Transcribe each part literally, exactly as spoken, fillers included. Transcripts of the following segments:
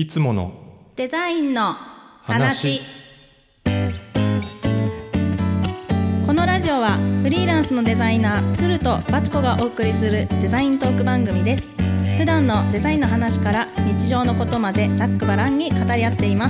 いつものデザインの話。このラジオはフリーランスのデザイナー鶴とバチコがお送りするデザイントーク番組です。普段のデザインの話から日常のことまでざっくばらんに語り合っています。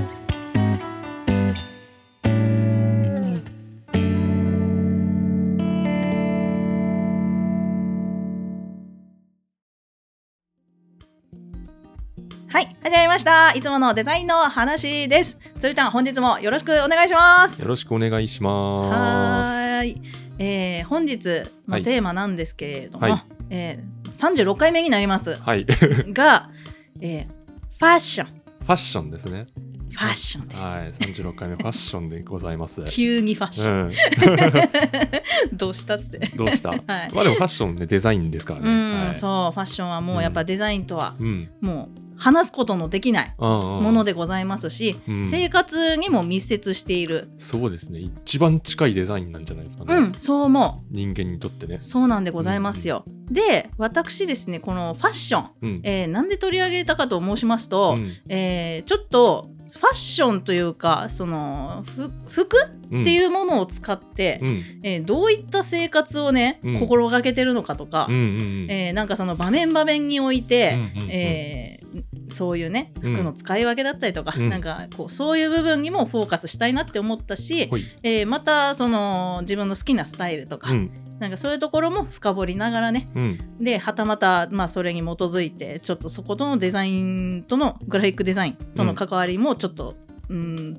はい、始まりました。いつものデザインの話です。つるちゃん、本日もよろしくお願いします。 よろしくお願いします。 はい、えー、本日のテーマなんですけれども、 はいえー、さんじゅうろっかいめになりますはいが、えー、ファッションファッションですね。 ファッションです。 はい、さんじゅうろっかいめファッションでございます急にファッション、 うん、 どうしたっつってどうした、はい、まあでもファッションね、デザインですからね。 うん、 はい、 そうファッションはもうやっぱデザインとは、 うん、 もう話すことのできないものでございますし、 うん、 生活にも密接している。 そうですね、一番近いデザインなんじゃないですかね。 うん、そう思う。 人間にとってね。 そうなんでございますよ、うんうん、で私ですね、このファッション、うんえー、なんで取り上げたかと申しますと、うんえー、ちょっとファッションというかその服っていうものを使って、うんえー、どういった生活をね、うん、心がけてるのかとか、うんうんうんえー、なんかその場面場面において、うんうんうんえー、そういうね服の使い分けだったりとか、うん、なんかこうそういう部分にもフォーカスしたいなって思ったし、うんえー、またその自分の好きなスタイルとか、うんなんかそういうところも深掘りながらね、うん、ではたまた、まあ、それに基づいてちょっとそことのデザインとのグラフィックデザインとの関わりもちょっと、うん、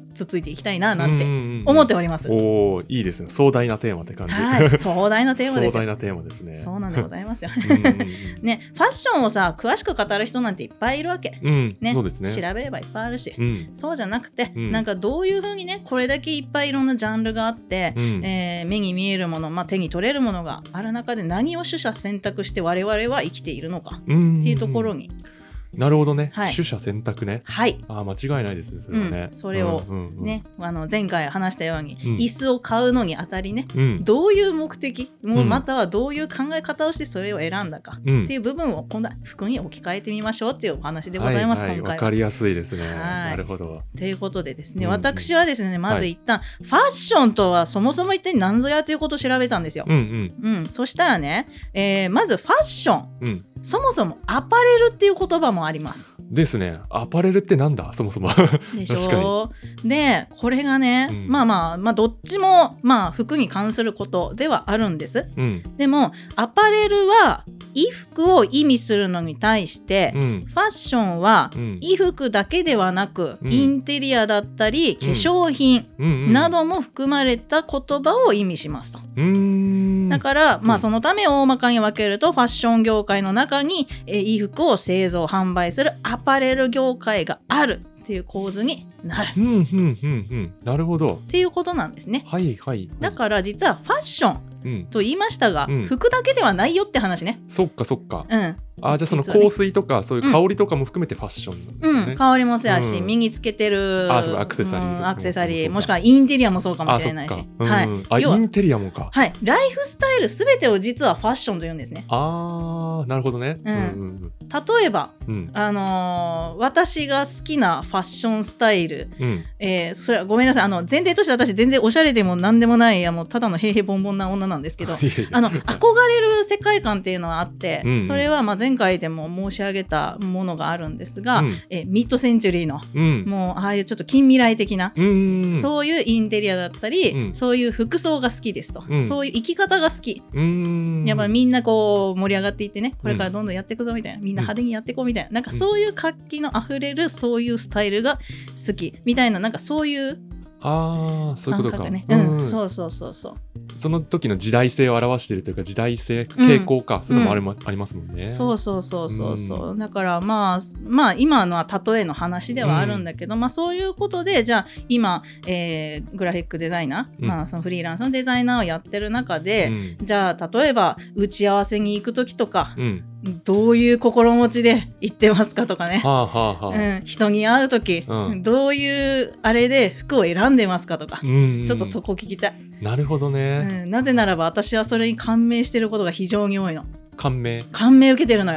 つついていきたいななんて思っております。 うんうんうん、おーいいですね、壮大なテーマって感じ。 はい、壮大なテーマですよ。 壮大なテーマですね。 そうなんでございますよね。ファッションをさ詳しく語る人なんていっぱいいるわけ、 うんね、そうですね。 調べればいっぱいあるし、うん、そうじゃなくて、うん、なんかどういう風にねこれだけいっぱいいろんなジャンルがあって、うんえー、目に見えるもの、まあ、手に取れるものがある中で何を取捨選択して我々は生きているのかっていうところに、 なるほどね、 はい、 取捨選択ね。 はい。 あ、間違いないですね、それはね。 うん、それを、うんうんうん、あの前回話したように、うん、椅子を買うのにあたりね、うん、どういう目的、もうまたはどういう考え方をしてそれを選んだか、うん、っていう部分を今度は服に置き換えてみましょうっていうお話でございます、はいはい、今回は。 わかりやすいですね。 はいなるほど。 ということでですね、うんうん、私はですねまず一旦、はい、ファッションとはそもそも一体何ぞやということを調べたんですよ。うんうんうん、そしたらね、えー、まずファッション、うん、そもそもアパレルっていう言葉もあります。 ですね。アパレルってなんだそもそもでしょ。確かに。でこれがね、うん、まあまあまあどっちもまあ服に関することではあるんです、うん、でもアパレルは衣服を意味するのに対して、うん、ファッションは衣服だけではなく、うん、インテリアだったり、うん、化粧品なども含まれた言葉を意味しますと。うーんだから、まあ、そのため大まかに分けるとファッション業界の中に、えー、衣服を製造販売するアパレル業界があるっていう構図になる、 うんうんうんうん、なるほどっていうことなんですね。 はいはい、はい、 だから実はファッションと言いましたが、うん、服だけではないよって話ね。 そっかそっか、うんあじゃあその香水とかそういう香りとかも含めてファッションなんだよね、 うん、香りもそうやし、うん、身につけてるあそうアクセサリー、 うん、アクセサリーもしくはインテリアもそうかもしれないし、 うんはい、あインテリアもか、 はい、ライフスタイルすべてを実はファッションと言うんですね。 あーなるほどね、うんうんうん、 例えば、うんあのー、私が好きなファッションスタイル、うんえー、それはごめんなさいあの前提として私全然おしゃれでも何でもないあのただの平々ボンボンな女なんですけどあの憧れる世界観っていうのはあってうん、うん、それはまあ前回でも申し上げたものがあるんですが、うん、えミッドセンチュリーの、うん、もうああいうちょっと近未来的な、うん、そういうインテリアだったり、うん、そういう服装が好きですと、うん、そういう生き方が好き、うん、やっぱみんなこう盛り上がっていってねこれからどんどんやっていくぞみたいな、みんな派手にやっていこうみたいな、なんかそういう活気のあふれるそういうスタイルが好きみたいな、なんかそういうあそういうことか、 ねうんうん、そうそうそうそうその時の時代性を表しているというか時代性傾向か、うん、そういうのもあ り,、ま、ありますもんね。 そうそうそうそうそう、うん、だからまあまあ今のは例えの話ではあるんだけど、うんまあ、そういうことでじゃあ今、えー、グラフィックデザイナー、うんまあ、そのフリーランスのデザイナーをやってる中で、うん、じゃあ例えば打ち合わせに行く時とか、うんどういう心持ちで行ってますかとかね、はあはあはあうん、人に会う時、うん、どういうあれで服を選んでますかとか、うんうん、ちょっとそこ聞きたい。 なるほどね、 うん、なぜならば私はそれに感銘してることが非常に多いの。 感銘感銘受けてるのよ。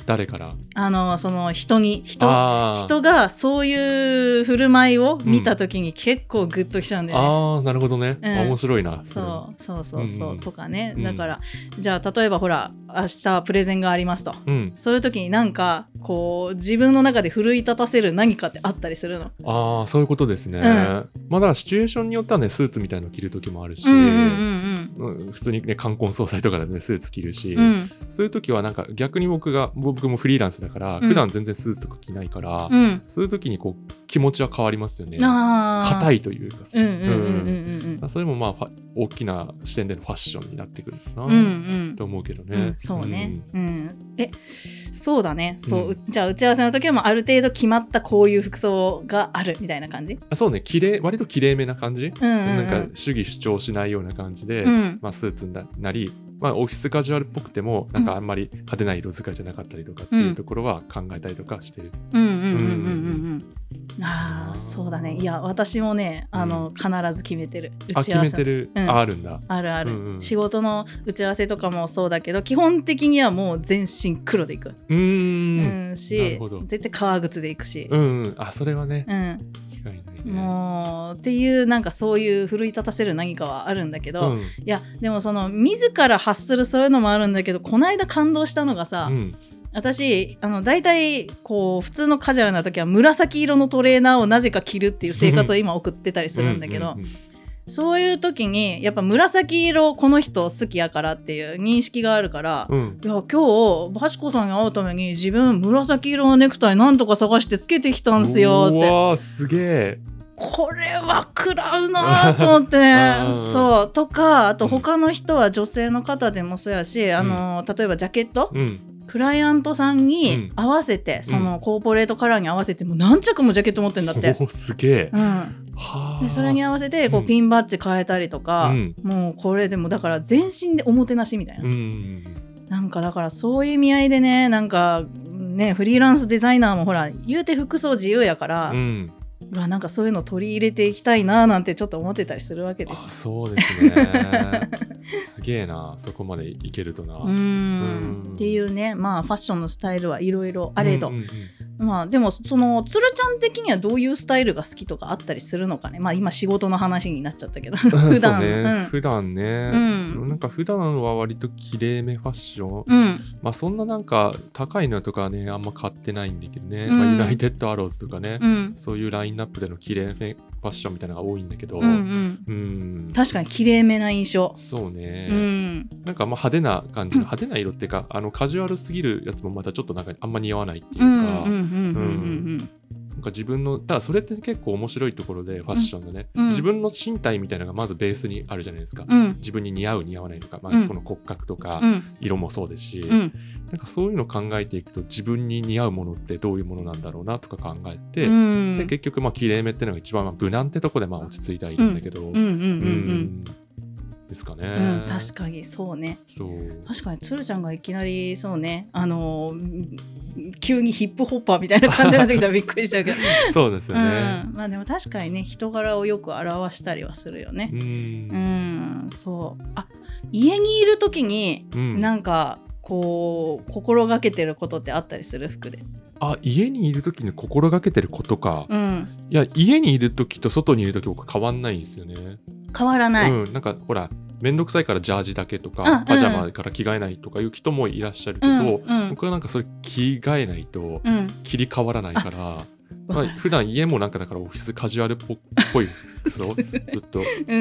誰から？ あのその人に 人, 人がそういう振る舞いを見た時に結構グッときちゃうんだよね、 うん、ああなるほどね、うん、面白いな。 そうそうそうそう、うん、とかね、だから、うん、じゃあ例えばほら明日プレゼンがありますと、うん、そういう時になんかこう自分の中で奮い立たせる何かってあったりするの？ ああそういうことですね、うん、まあだからシチュエーションによってはねスーツみたいなの着る時もあるし、うんうんうんうん、普通にね冠婚葬祭とかでねスーツ着るし、うん、そういう時はなんか逆に僕が僕もフリーランスだから、うん、普段全然スーツとか着ないから、うん、そういう時にこう気持ちは変わりますよね。硬いというかさ、それもまあ大きな視点でのファッションになってくるな、うんうん、と思うけどね、うん、 そうね、うんうん、えそうだね、そう、うん、じゃあ打ち合わせの時はもうある程度決まったこういう服装があるみたいな感じ？ あそうね、きれい割ときれいめな感じ、うんうんうん、なんか主義主張しないような感じで、うんまあ、スーツになり、まあ、オフィスカジュアルっぽくてもなんかあんまり派手な色使いじゃなかったりとかっていうところは考えたりとかしてる。うんうんうんうんうん。 ああそうだね。いや私もねあの、うん、必ず決めてる打ち合わせ。あ決めてる、うん、ああるんだ。 あるある、うんうん、仕事の打ち合わせとかもそうだけど基本的にはもう全身黒でいく。うーん、うん、し絶対革靴でいくし。 うんうん。あそれはね。うん。違いないね。 もうっていうなんかそういう奮い立たせる何かはあるんだけど、うん、いやでもその自ら発するそういうのもあるんだけどこの間感動したのがさ。うん私あの大体こう普通のカジュアルな時は紫色のトレーナーをなぜか着るっていう生活を今送ってたりするんだけどうんうん、うん、そういう時にやっぱ紫色この人好きやからっていう認識があるから、うん、いや今日バチコさんに会うために自分紫色のネクタイなんとか探してつけてきたんすよって。うわーすげえこれは食らうなと思ってねそうとかあと他の人は女性の方でもそうやし、うん、あの例えばジャケット、うんクライアントさんに合わせて、うん、そのコーポレートカラーに合わせてもう何着もジャケット持ってんだって。 おすげえ、うん、 でそれに合わせてこうピンバッジ変えたりとか、うん、もうこれでもだから全身でおもてなしみたいな、うん、なんかだからそういう意味合いでねなんかねフリーランスデザイナーもほら言うて服装自由やから、うんまあ、なんかそういうの取り入れていきたいななんてちょっと思ってたりするわけです。 あそうですねすげえなそこまでいけるとなうんうんっていうねまあファッションのスタイルはいろいろあれど、うんうんうん、まあでもそのつるちゃん的にはどういうスタイルが好きとかあったりするのかね。まあ今仕事の話になっちゃったけど普段そうね、 うん、 普段ね、うん、なんか普段は割ときれいめファッション、うん、まあそんななんか高いのとかねあんま買ってないんだけどね、うんまあ、ユナイテッドアローズとかね、うん、そういうラインナップでのきれいめファッションみたいなのが多いんだけど、うんうんうん、 確かにきれいめな印象。 そうね、うん、なんかまあ派手な感じの、うん、派手な色っていうかあのカジュアルすぎるやつもまたちょっとなんかあんま似合わないっていうかなんか自分のただそれって結構面白いところでファッションのね、うん、自分の身体みたいなのがまずベースにあるじゃないですか、うん、自分に似合う似合わないとか、まあ、この骨格とか色もそうですし、うん、なんかそういうのを考えていくと自分に似合うものってどういうものなんだろうなとか考えて、うん、で結局まあきれいめっていうのが一番無難ってとこでまあ落ち着いたらいいんだけどですかね、 うん、確かにそうね。そう確かにつるちゃんがいきなりそうねあの急にヒップホッパーみたいな感じになってきたらびっくりしちゃうけどそうですよね、 うん、まあでも確かにね人柄をよく表したりはするよね。うん、うんそうあ家にいる時に、うん、なんかこう心がけてることってあったりする服で。 あ家にいる時に心がけてることか、うん、いや家にいる時と外にいる時僕変わんないんですよね。 変わらない、 うん、なんかほらめんどくさいからジャージだけとか、うん、パジャマから着替えないとかいう人もいらっしゃるけど、うんうん、僕はなんかそれ着替えないと切り替わらないから、うんまあ、普段家もなんかだからオフィスカジュアルっぽい服装ずっとうん、うん、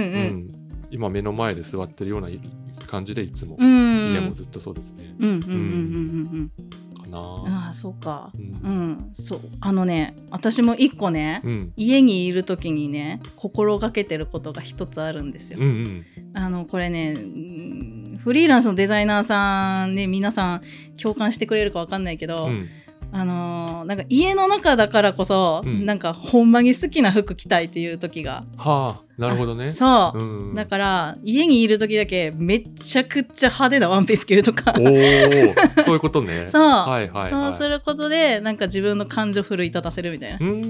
今目の前で座ってるような感じでいつも、うん、家もずっとそうですね。うんうんうんうんうんああそうか、うんうん、そうあのね私も一個ね、うん、家にいる時にね心がけてることが一つあるんですよ、うんうん、あのこれねフリーランスのデザイナーさんね皆さん共感してくれるか分かんないけど、うんあのー、なんか家の中だからこそ、うん、なんかほんまに好きな服着たいっていう時がはあなるほどねそう、うん、だから家にいる時だけめっちゃくちゃ派手なワンピース着るとかおーそういうことねそう、はいはいはい、そうすることでなんか自分の感情奮い立たせるみたいなうーん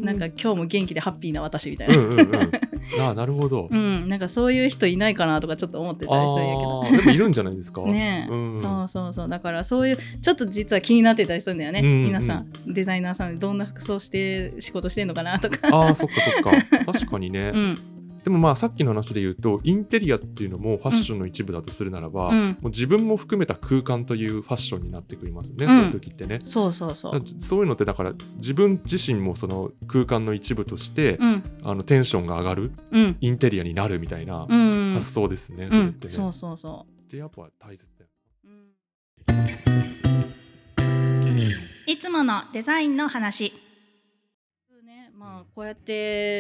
なんか今日も元気でハッピーな私みたいな、 うんうんうん、あなるほど、 うん、なんかそういう人いないかなとかちょっと思ってたりするんやけど。 あでもいるんじゃないですかね、 うん、 そうそうそう、だからそういうちょっと実は気になってたりするんだよね、うんうん、皆さんデザイナーさんでどんな服装して仕事してんのかなとか。 あそっかそっか確かにね、うん、でもまあさっきの話で言うとインテリアっていうのもファッションの一部だとするならば、うん、もう自分も含めた空間というファッションになってくりますね、うん、そういう時ってね。 そうそうそう、 そういうのってだから自分自身もその空間の一部として、うん、あのテンションが上がる、うん、インテリアになるみたいな発想ですね、うん、それってね、 うん、そうそうそうでやっぱ大切だよ、 うん、いつものデザインの話。まあ、こうやって、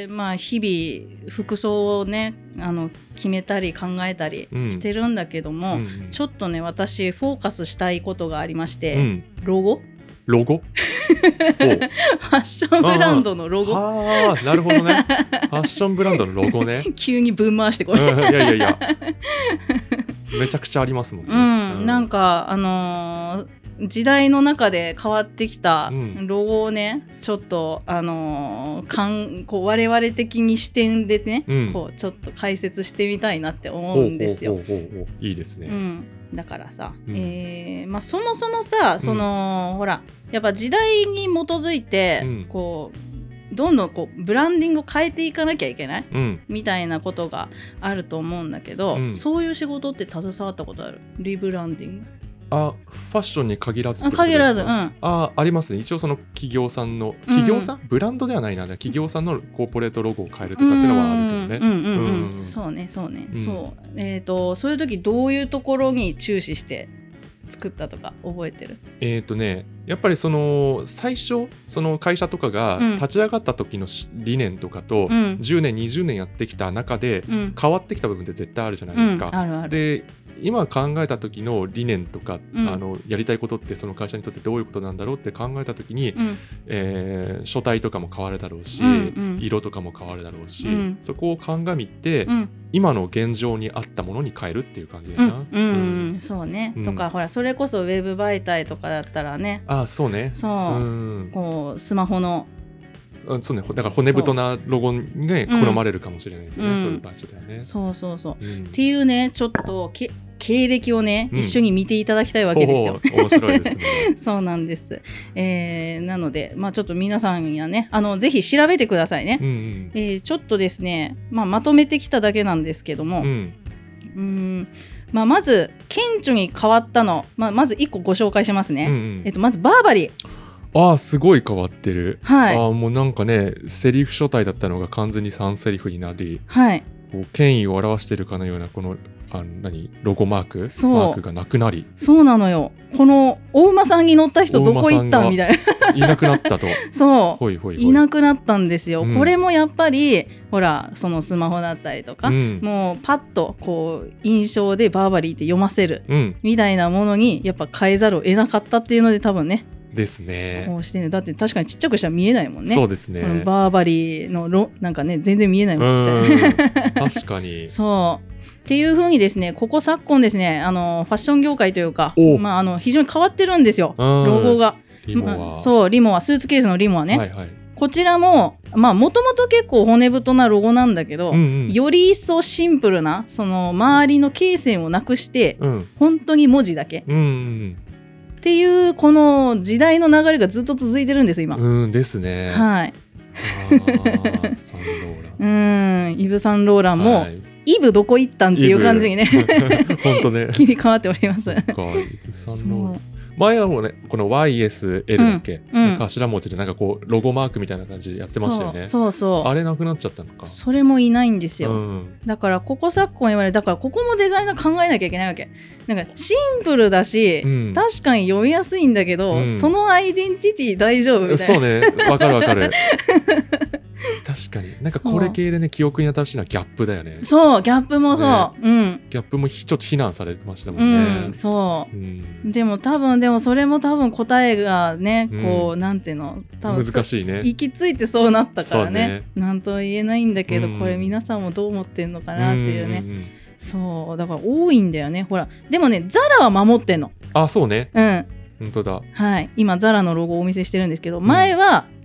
まあ、日々服装をねあの決めたり考えたりしてるんだけども、うんうんうん、ちょっとね私フォーカスしたいことがありまして、うん、ロゴロゴファッションブランドのロゴ。 ああなるほどねファッションブランドのロゴね急にぶん回してこれ、 うん、いやいやいやめちゃくちゃありますもんね、 うんうん、なんかあのー時代の中で変わってきたロゴをね、うん、ちょっとあのー、かんこう我々的に視点でね、うん、こうちょっと解説してみたいなって思うんですよ。 ほうほうほうほういいですね、 うん、だからさ、うん、えーまあ、そもそもさその、うん、ほらやっぱ時代に基づいて、うん、こうどんどんこうブランディングを変えていかなきゃいけない、うん、みたいなことがあると思うんだけど、うん、そういう仕事って携わったことある？リブランディング。 あファッションに限らずってことですか？ 限らず、うん、 あありますね。一応その企業さんの企業さん、うん、ブランドではないな企業さんのコーポレートロゴを変えるとかっていうのはあるけどね。 そうねそうね、うん、そうえっとそういう時どういうところに注視して作ったとか覚えてる？ えっとねやっぱりその最初その会社とかが立ち上がった時の理念とかと、うん、じゅうねんにじゅうねんやってきた中で変わってきた部分って絶対あるじゃないですか、 うん、あるある。 で今考えた時の理念とか、うん、あのやりたいことってその会社にとってどういうことなんだろうって考えた時に、うんえー、書体とかも変わるだろうし、うんうん、色とかも変わるだろうし、うん、そこを鑑みて、うん、今の現状に合ったものに変えるっていう感じだな、うんうんうん、そうね、うん、とかほらそれこそウェブ媒体とかだったらねあそうねそう、うん、こうスマホのそうね、だから骨太なロゴが好まれるかもしれないですよね、うん、そういう場所ではね。 そうそうそう、うん、っていうねちょっとけ経歴をね、うん、一緒に見ていただきたいわけですよ。 面白いですねそうなんです、えー、なので、まあ、ちょっと皆さんやねあのぜひ調べてくださいね、うんうんえー、ちょっとですね、まあ、まとめてきただけなんですけども、うん、うーんまあ、まず顕著に変わったの、まあ、まずいっこご紹介しますね、うんうんえっと、まずバーバリー。 ああすごい変わってる、 はい、 あもうなんかねセリフ書体だったのが完全にさんセリフになり、 はい、 こう権威を表しているかのようなこのあの何ロゴマークマークがなくなりそうなのよ。このお馬さんに乗った人どこ行ったんみたいないなくなったとそうほいほいほいいなくなったんですよ、うん、これもやっぱりほらそのスマホだったりとか、うん、もうパッとこう印象でバーバリーって読ませる、うん、みたいなものにやっぱ変えざるを得なかったっていうので多分ねですね。 こうしてねだって確かにちっちゃくしたら見えないもんね。 そうですね。 このバーバリーのロなんかね全然見えないもんちっちゃい確かにそうっていう風にですねここ昨今ですねあのファッション業界というか、まあ、あの非常に変わってるんですよロゴが。 リモは、 まあ、そうリモはスーツケースのリモはね、はいはい、こちらももともと結構骨太なロゴなんだけど、うんうん、より一層シンプルなその周りの罫線をなくして、うん、本当に文字だけ、うんうんっていうこの時代の流れがずっと続いてるんです今。 うんですね。 はい。 あサンローラン。うんイヴ・サンローランも、はい、イブどこ行ったんっていう感じにね本当ね切り替わっております。 そっかイヴ・サンローラン前はもうねこの ワイエスエル だっけ、うんうん、頭文字でなんかこうロゴマークみたいな感じでやってましたよね。 そうそうそうあれなくなっちゃったのか。 それもいないんですよ、うん、だからここ昨今言われだからここもデザイナー考えなきゃいけないわけ。なんかシンプルだし、うん、確かに読みやすいんだけど、うん、そのアイデンティティ大丈夫みたいな。 そうねわかるわかる確かになんかこれ系でね記憶に新しいのはギャップだよね。 そうギャップもそう、ね、うんギャップもちょっと非難されてましたもんね、 うん、そう、うん、でも多分でもそれも多分答えがねこう、うん、なんていうの多分難しいね行き着いてそうなったからねなんとは言えないんだけど、うん、これ皆さんもどう思ってんのかなっていうね、うんうんうん、そうだから多いんだよね。ほらでもねザラは守ってんの。 あそうねうん本当だ。 はい今ザラのロゴをお見せしてるんですけど前は、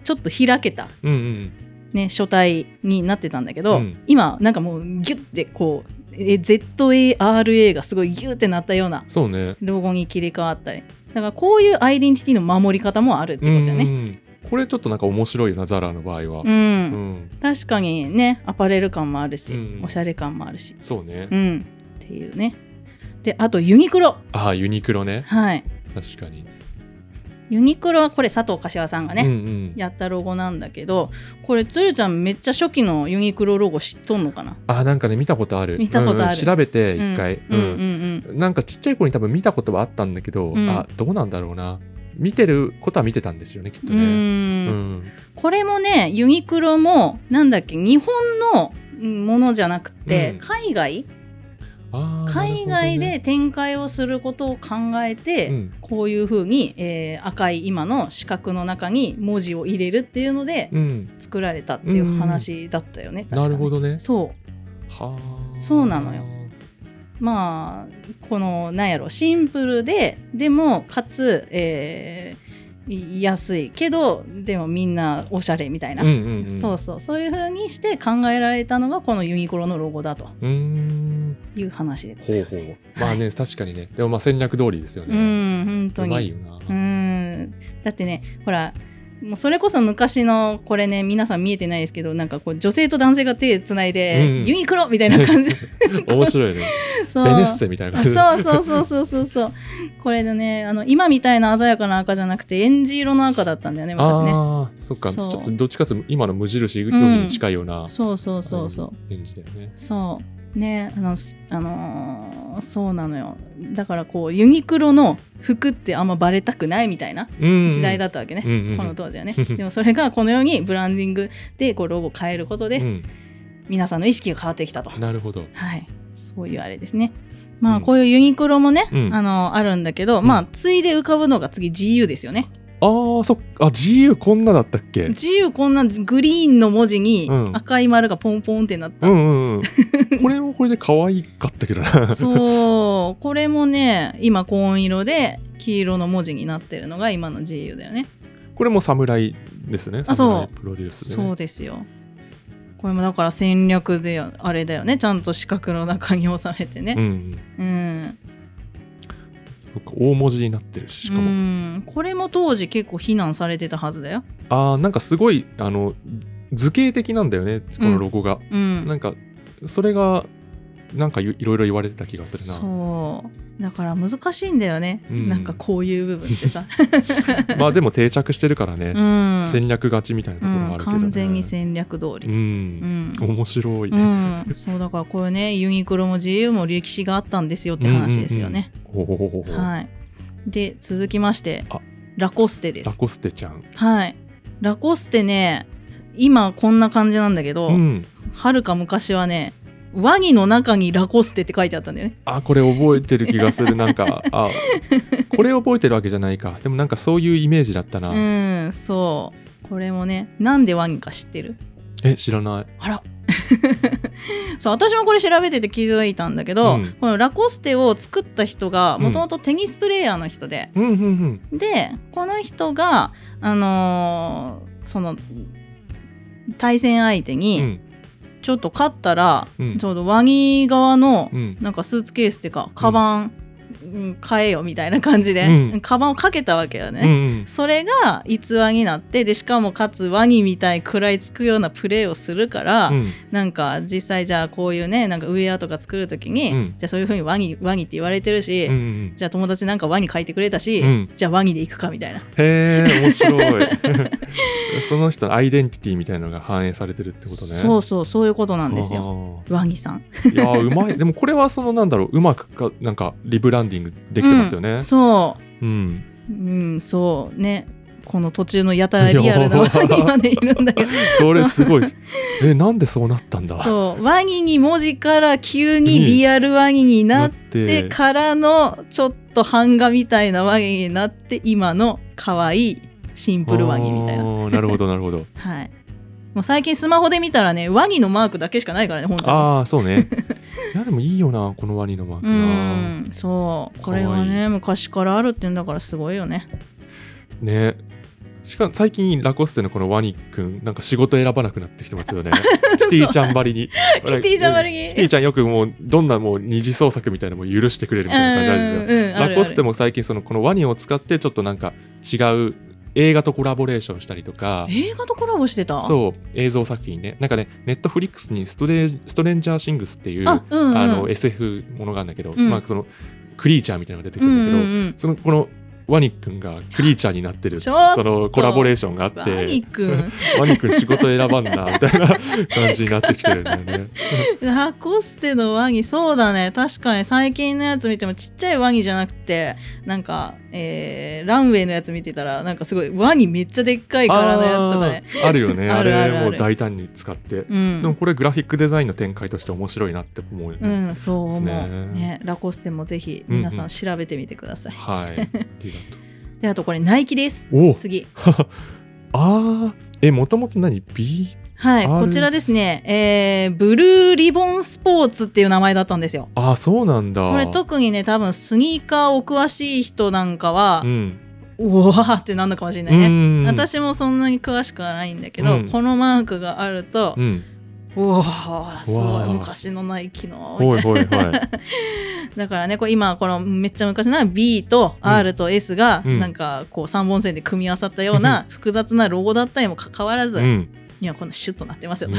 ちょっと開けた、 うんうんね、書体になってたんだけど、 うん、 今なんかもうギュッてこうえ ゼットエーアールエー がすごいギュッてなったようなそうねロゴに切り替わったり、だからこういうアイデンティティの守り方もあるってことだよね。 うんうん、これちょっとなんか面白いよな、ザラの場合は。 うん、 うん、 確かにねアパレル感もあるし、 うん、 おしゃれ感もあるし、 そうね、 うん、っていうね。であとユニクロ、 ああユニクロね、 はい確かにユニクロはこれ佐藤柏さんがね、 うんうん、 やったロゴなんだけど、これつるちゃんめっちゃ初期のユニクロロゴ知っとんのかな。 あなんかね見たことある、 見たことある、 うんうん、調べて一回、 うんうんうんうん、なんかちっちゃい頃に多分見たことはあったんだけど、 うん、 あどうなんだろうな、見てることは見てたんですよねきっとね。 うん、 うん、 これもねユニクロもなんだっけ日本のものじゃなくて、うん、海外あ海外で展開をすることを考えて、うん、こういう風に、えー、赤い今の四角の中に文字を入れるっていうので作られたっていう話だったよね、 うん、確かに。なるほどね。 そうはそうなのよ。まあこのなんやろシンプルででもかつ、えー安いけどでもみんなおしゃれみたいな、うんうんうん、そうそうそういう風にして考えられたのがこのユニクロのロゴだという話でございます。 ほうほう、まあね、はい、確かにね、でもまあ戦略通りですよね。 うん本当にうまいよな。 うんだってねほらもうそれこそ昔のこれね皆さん見えてないですけどなんかこう女性と男性が手つないで、うん、ユニクロみたいな感じ面白いねベネッセみたいな感じ。 そうそうそうそうそうそうこれでねあの今みたいな鮮やかな赤じゃなくてエンジ色の赤だったんだよね昔ね。 あそっかちょっとどっちかというと今の無印良品に近いような、 うん、そうそうそうそうエンジだよね。 そうねあの、あのー、そうなのよ。だからこうユニクロの服ってあんまバレたくないみたいな時代だったわけね、うんうん、この当時はねでもそれがこのようにブランディングでこうロゴを変えることで、うん、皆さんの意識が変わってきたと。 なるほど、 はい、そういうあれですね。まあこういうユニクロもね、うん、あのあるんだけど、うん、まあついで浮かぶのが次 ジーユー ですよね。 あーそっか、あ ジーユー こんなだったっけ。 ジーユー こんなグリーンの文字に赤い丸がポンポンってなった、 うんうんうん、これもこれで可愛かったけどなそうこれもね今紺色で黄色の文字になってるのが今の ジーユー だよね。 これも侍ですね。侍プロデュースで、ね、 そうですよ。これもだから戦略であれだよね、ちゃんと四角の中に収めてね、うんうん、 大文字になってるし、しかもうんこれも当時結構非難されてたはずだよ。 あーなんかすごいあの図形的なんだよねこのロゴが、うん、なんかそれがなんかいろいろ言われてた気がするな。 そうだから難しいんだよね、うん、なんかこういう部分ってさまあでも定着してるからね、うん、戦略勝ちみたいなところもあるけどね、うん、 完全に戦略通り、 うんうん、面白い、 うん、そうだからこういうねユニクロも ジーユー も歴史があったんですよって話ですよね。はいで続きましてラコステです。 ラコステちゃん、 はいラコステね今こんな感じなんだけど、うん、はるか昔はねワニの中にラコステって書いてあったんだよね。 あこれ覚えてる気がするなんかあこれ覚えてるわけじゃないか。でもなんかそういうイメージだったな。 うんそうこれもねなんでワニか知ってる？ え知らない。 あらそう私もこれ調べてて気づいたんだけど、うん、このラコステを作った人がもともとテニスプレーヤーの人で、うんうんうん、でこの人があのー、その対戦相手に、うんちょっと勝ったら、うん、ちょうどワニ側のなんかスーツケースっていうか、うん、カバン、うん、買えよみたいな感じで、うん、カバンをかけたわけよね、うんうん、それが逸話になってでしかもかつワニみたい食らいつくようなプレーをするから、うん、なんか実際じゃあこういうねなんかウェアとか作るときに、うん、じゃあそういう風にワニワニって言われてるし、うんうん、じゃあ友達なんかワニ書いてくれたし、うん、じゃあワニで行くかみたいな。 へー面白いその人のアイデンティティみたいなのが反映されてるってことね。 そうそうそういうことなんですよワニさんいやうまいでもこれはそのなんだろううまくかなんかリブランディングできてますよね、 うん、そう、うんうん、そうねこの途中のやたらリアルなワニまでいるんだけどそれすごいえなんでそうなったんだ。 そうワニに文字から急にリアルワニになってからのちょっと版画みたいなワニになって今の可愛いシンプルワニみたいな。 なるほどなるほどはいもう最近スマホで見たらねワニのマークだけしかないからね本当に。 ああそうねいやでもいいよなこのワニのマークな。 うんそうこれはね昔からあるってんだからすごいよね。 ねしかも最近ラコステのこのワニくんなんか仕事選ばなくなってきてますよねキティちゃんばりにキティちゃんばりにキティちゃんよくもうどんなもう二次創作みたいなのも許してくれるみたいな感じあるんですよ、うんうん、ラコステも最近そのこのワニを使ってちょっとなんか違う映画とコラボレーションしたりとか。 映画とコラボしてた？ そう映像作品ね。なんかねネットフリックスにストレストレンジャーシングスっていうあ、うんうん、あの エスエフ ものがあるんだけど、うん、まあそのクリーチャーみたいなのが出てくるんだけど、うんうんうん、そのこのワニくんがクリーチャーになってるそのコラボレーションがあってワニくんワニくん仕事選ばんなみたいな感じになってきてるんだよねラコステのワニそうだね確かに最近のやつ見てもちっちゃいワニじゃなくてなんか、えー、ランウェイのやつ見てたらなんかすごいワニめっちゃでっかい柄のやつとかねあ, あるよねあれもう大胆に使って、うん、でもこれグラフィックデザインの展開として面白いなって思う、ね、 うんそう思う、ね、ラコステもぜひ皆さん調べてみてください、 うんうん、はいありがとうであとこれナイキです次あーえもともと何 B? はいこちらですね、えー、ブルーリボンスポーツっていう名前だったんですよ。 あそうなんだ。 これ特にね多分スニーカーお詳しい人なんかは、うん、うわーってなんのかもしれないね、うんうんうん、私もそんなに詳しくはないんだけど、うん、このマークがあると、うんうわすごい昔のナイキのみたいな。はいはいはい、だからねこれ今このめっちゃ昔の B と R と S がなんかこうさんぼん線で組み合わさったような複雑なロゴだったにもかかわらず、うん、今このシュッとなってますよ、うん、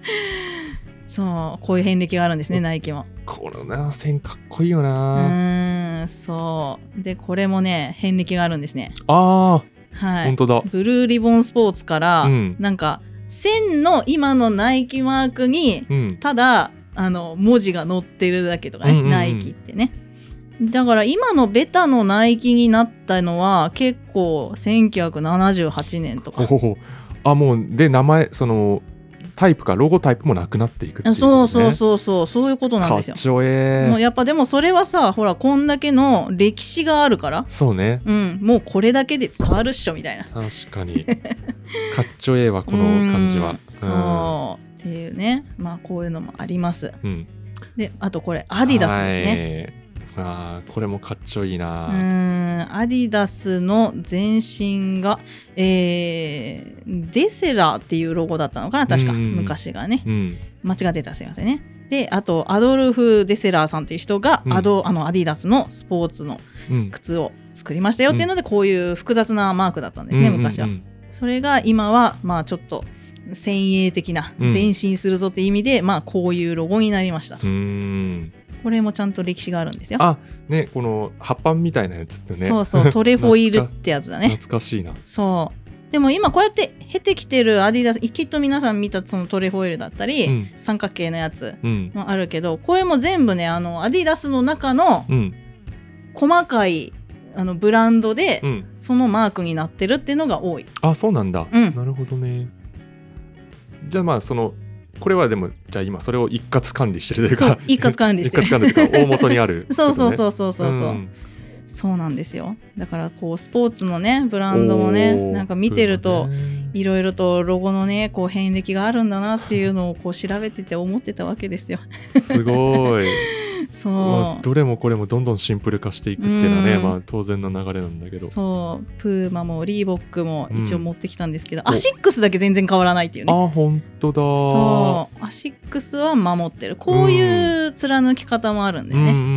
そうこういう遍歴があるんですねナイキも。 このな線かっこいいよな。 うんそうでこれもね遍歴があるんですね。 あー、 はい、 本当だ。 ブルーリボンスポーツから、うん、なんか線の今のナイキマークに、うん、ただあの文字が載ってるだけとかね、うんうんうん、ナイキってね。だから今のベタのナイキになったのは結構せんきゅうひゃくななじゅうはちねんとか。 あもうで名前そのタイプかロゴタイプもなくなっていくっていう、ね、 そうそうそうそうそういうことなんですよ。 かっちょえー。 もうやっぱでもそれはさほらこんだけの歴史があるからそうね、 うん、もうこれだけで伝わるっしょみたいな。 確かにかっちょええわこの感じは。うんそうっていうねまあこういうのもあります、うん、であとこれアディダスですね。 あこれもかっちょいいな。 うんアディダスの前身が、えー、デセラっていうロゴだったのかな確か、うん、昔がね、うん、間違ってたらすいませんね。であとアドルフ・デセラーさんっていう人が、うん、アドあのアディダスのスポーツの靴を作りましたよっていうので、うん、こういう複雑なマークだったんですね、うん、昔は、うんうんうん、それが今はまあちょっと先鋭的な前進するぞって意味で、うん、まあこういうロゴになりましたと。うーんこれもちゃんと歴史があるんですよ。 あねこの葉っぱみたいなやつってね。 そうそうトレフォイルってやつだね懐かしいな。 そうでも今こうやって経てきてるアディダスきっと皆さん見たそのトレフォイルだったり、うん、三角形のやつもあるけど、うん、これも全部ねあのアディダスの中の細かいあのブランドでそのマークになってるっていうのが多い。 あそうなんだ、うん、なるほどね。じゃあまあそのこれはでもじゃあ今それを一括管理してるというか一括管理してる一括管理というか大元にある、ね、 そうそうそうそうそうそう、うん、そうなんですよ。だからこうスポーツのねブランドもねなんか見てるといろいろとロゴのねこう遍歴があるんだなっていうのをこう調べてて思ってたわけですよ。 すごいそう、 まあ、どれもこれもどんどんシンプル化していくっていうのはね、まあ、当然の流れなんだけどそうプーマもリーボックも一応持ってきたんですけど、うん、アシックスだけ全然変わらないっていうね。 あ本当だ。 そうアシックスは守ってるこういう貫き方もあるんだよね、うんうんうんうん、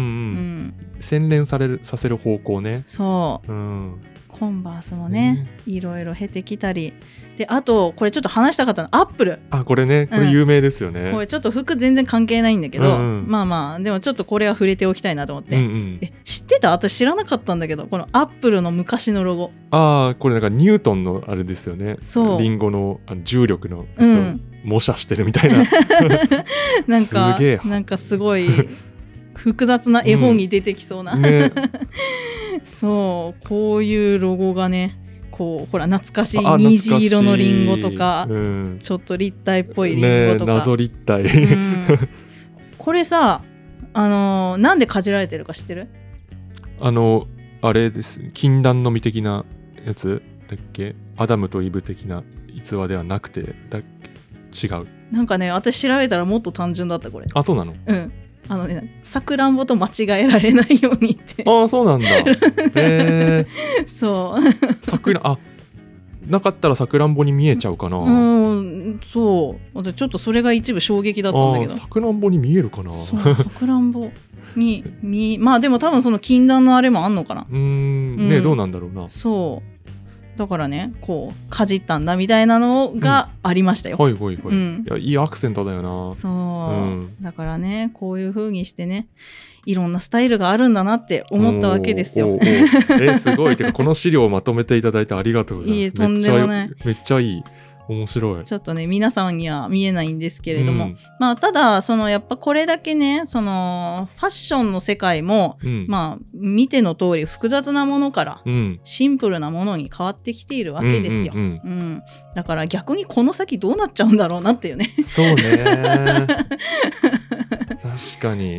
洗練されるさせる方向ね。 そう、うんコンバースもね、うん、いろいろ経てきたりであとこれちょっと話したかったのアップル。 あこれねこれ有名ですよね、 うん、これちょっと服全然関係ないんだけど、うんうん、まあまあでもちょっとこれは触れておきたいなと思って、うんうん、え知ってた？私知らなかったんだけどこのアップルの昔のロゴ。 ああこれなんかニュートンのあれですよね。そうリンゴのあの重力のやつを模写してるみたいな、うん、 なんかすげえなんかすごい複雑な絵本に出てきそうな、うんね、そうこういうロゴがねこうほら懐かしい虹色のリンゴとか、うん、ちょっと立体っぽいリンゴとか、 ね、謎立体、うん、 これさあのー、なんでかじられてるか知ってる？ あのあれです禁断の実的なやつだっけ？アダムとイブ的な逸話ではなくてだっけ？違うなんかね私調べたらもっと単純だったこれ。 あそうなの？ うんあのね、さくらんぼと間違えられないようにって。 ああそうなんだ。へえ。 そう。 さくらあなかったらさくらんぼに見えちゃうかな。 うんそうちょっとそれが一部衝撃だったんだけど、 さくらんぼに見えるかな。 そうさくらんぼにみまあでも多分その禁断のあれもあんのかな。 うーんね、うん、どうなんだろうな。 そうだからねこうかじったんだみたいなのがありましたよ、 うん、はいはいはい、うん、いやいいアクセントだよな。 そう、うん、だからねこういう風にしてねいろんなスタイルがあるんだなって思ったわけですよ。 おーおーえすごいてかこの資料をまとめていただいてありがとうございます。いいとんでもない。めっちゃいい面白い。 ちょっとね皆さんには見えないんですけれども、うん、まあただそのやっぱこれだけねそのファッションの世界も、うん、まあ見ての通り複雑なものからシンプルなものに変わってきているわけですよ、うんうんうんうん、だから逆にこの先どうなっちゃうんだろうなっていうね。 そうね確かに、 うん、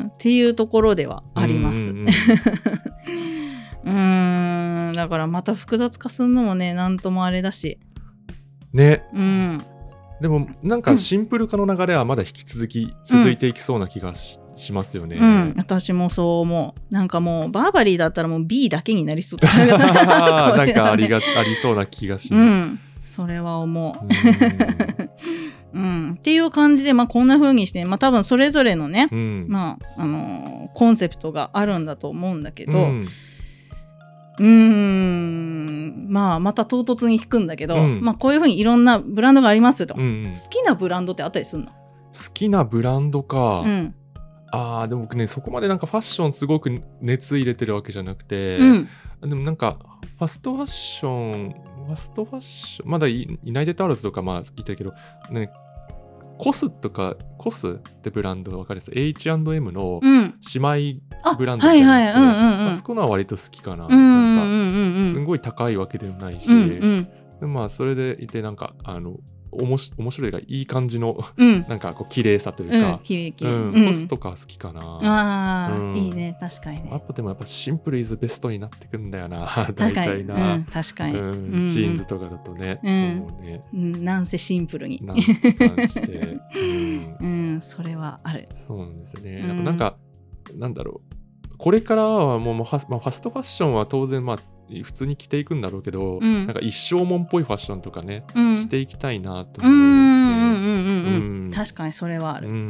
っていうところではあります。うんうんうんうーんだからまた複雑化するのもねなんともあれだしね、 うん、 でもなんかシンプル化の流れはまだ引き続き続いていきそうな気が し,、うん、しますよね、 うん、私もそう思う。なんかもうバーバリーだったらもう B だけになりそうななんかありがありそうな気がします、うん、 それは思ううん、っていう感じで、まあ、こんな風にして、まあ、多分それぞれのね、うんまああのー、コンセプトがあるんだと思うんだけど、うんうーんまあまた唐突に聞くんだけど、うんまあ、こういう風にいろんなブランドがありますと、うんうん、好きなブランドってあったりするの？ 好きなブランドか、 うん、 あでもねそこまでなんかファッションすごく熱入れてるわけじゃなくて、 うん、 でもなんかファストファッションファストファッションまだユナイテッドアローズとかまあ言ったけどねコスとかコスってブランド分かります エイチアンドエム の姉妹ブランドみたいなあそこのは割と好きかな、 うんうんうんうん、 すごい高いわけでもないし、 うんうん、 でまあそれでいてなんかあのおもし面白いがいい感じの、 うん、 なんかこう綺麗さというか、 うん綺麗綺麗うん、コスとか好きかな、 あー、うん、いいね確かにね。 やっぱでもやっぱシンプルイズベストになってくんだよな大体な、 うん、確かに、 うん、ジーンズとかだとね、 うんもうねうん、なんせシンプルになんて感じで、うんうん、それはある。 そうなんですよね、うん、あとなんかなんだろうこれからはもうファ、まあ、ファストファッションは当然まあ普通に着ていくんだろうけど、うん、なんか一生もんっぽいファッションとかね、うん、着ていきたいなと思う、ね、うんうんうんうん、確かにそれはある、うんうん、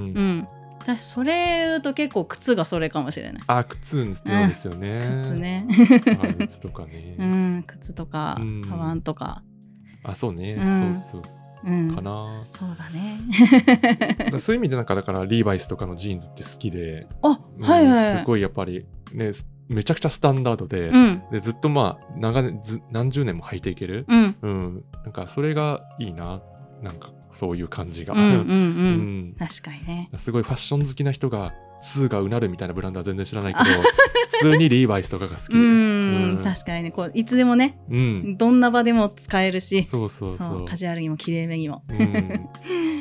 私それ言うと結構靴がそれかもしれない。 あ靴ですよね、 うん、靴ね靴とかね、 うん、靴とかカバンとか、 あそうね、うん、そうそううん、かな。 そうだねだそういう意味でなんかだからリーバイスとかのジーンズって好きで、 あ、うん、はいはい、はい、 すごいやっぱりねめちゃくちゃスタンダード で,、 うん、 でずっとまあ長年ず何十年も履いていける、 うんうん、なんかそれがいいななんかそういう感じが、 うんうんうんうん、確かにねすごいファッション好きな人がツーがうなるみたいなブランドは全然知らないけど普通にリーバイスとかが好きうん、うん、確かにねこういつでもね、うん、どんな場でも使えるしそうそうそうそうカジュアルにも綺麗めにも、 うん、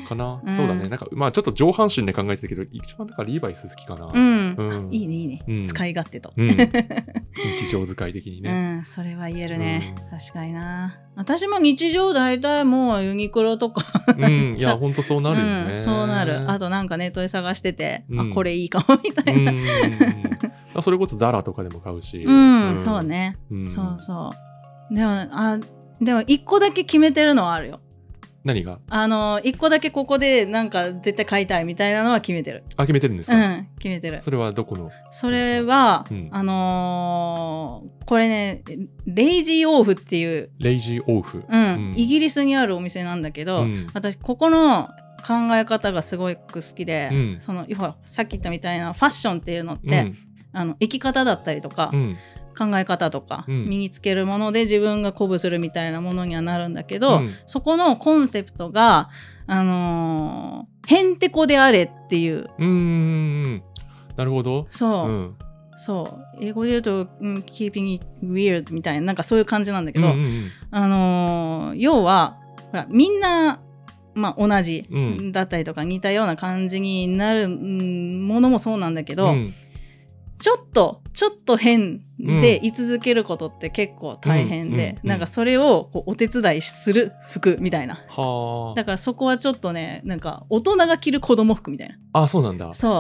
かな、うん、そうだねなんかまあちょっと上半身で考えてたけど一番なんかリーバイス好きかな、 うんうん、いいねいいね、うん、使い勝手と、 うん、日常使い的にね、 うん、それは言えるね、うん、確かにな私も日常大体もうユニクロとかうん、いやほんとそうなるよね、 うん、そうなるあとなんかネットで探してて、うん、あこれいいかもみたいな、うんうん、それこそザラとかでも買うし、 うんうん、そうね、うん、そうそうでもあでも一個だけ決めてるのはあるよ。 何が？ あの一個だけここでなんか絶対買いたいみたいなのは決めてる。 あ決めてるんですか？ うん決めてる。 それはどこの？ それは、うん、あのー、これねレイジーオーフっていうレイジーオーフ、 うんうん、イギリスにあるお店なんだけど、うん、私ここの考え方がすごく好きで、うん、そのさっき言ったみたいなファッションっていうのって、うん、あの生き方だったりとか、うん考え方とか、うん、身につけるもので自分が鼓舞するみたいなものにはなるんだけど、うん、そこのコンセプトが、あのー、へんてこであれっていう。 うーんなるほどそう、うん、そう英語で言うと、うん、keeping it weird みたいななんかそういう感じなんだけど、うんうんうん、あのー、要はほらみんなまあ、同じだったりとか似たような感じになるものもそうなんだけど、うんちょっとちょっと変で居続けることって結構大変で、うん、なんかそれをこうお手伝いする服みたいな、 はだからそこはちょっとねなんか大人が着る子供服みたいな。 あそうなんだ。 そう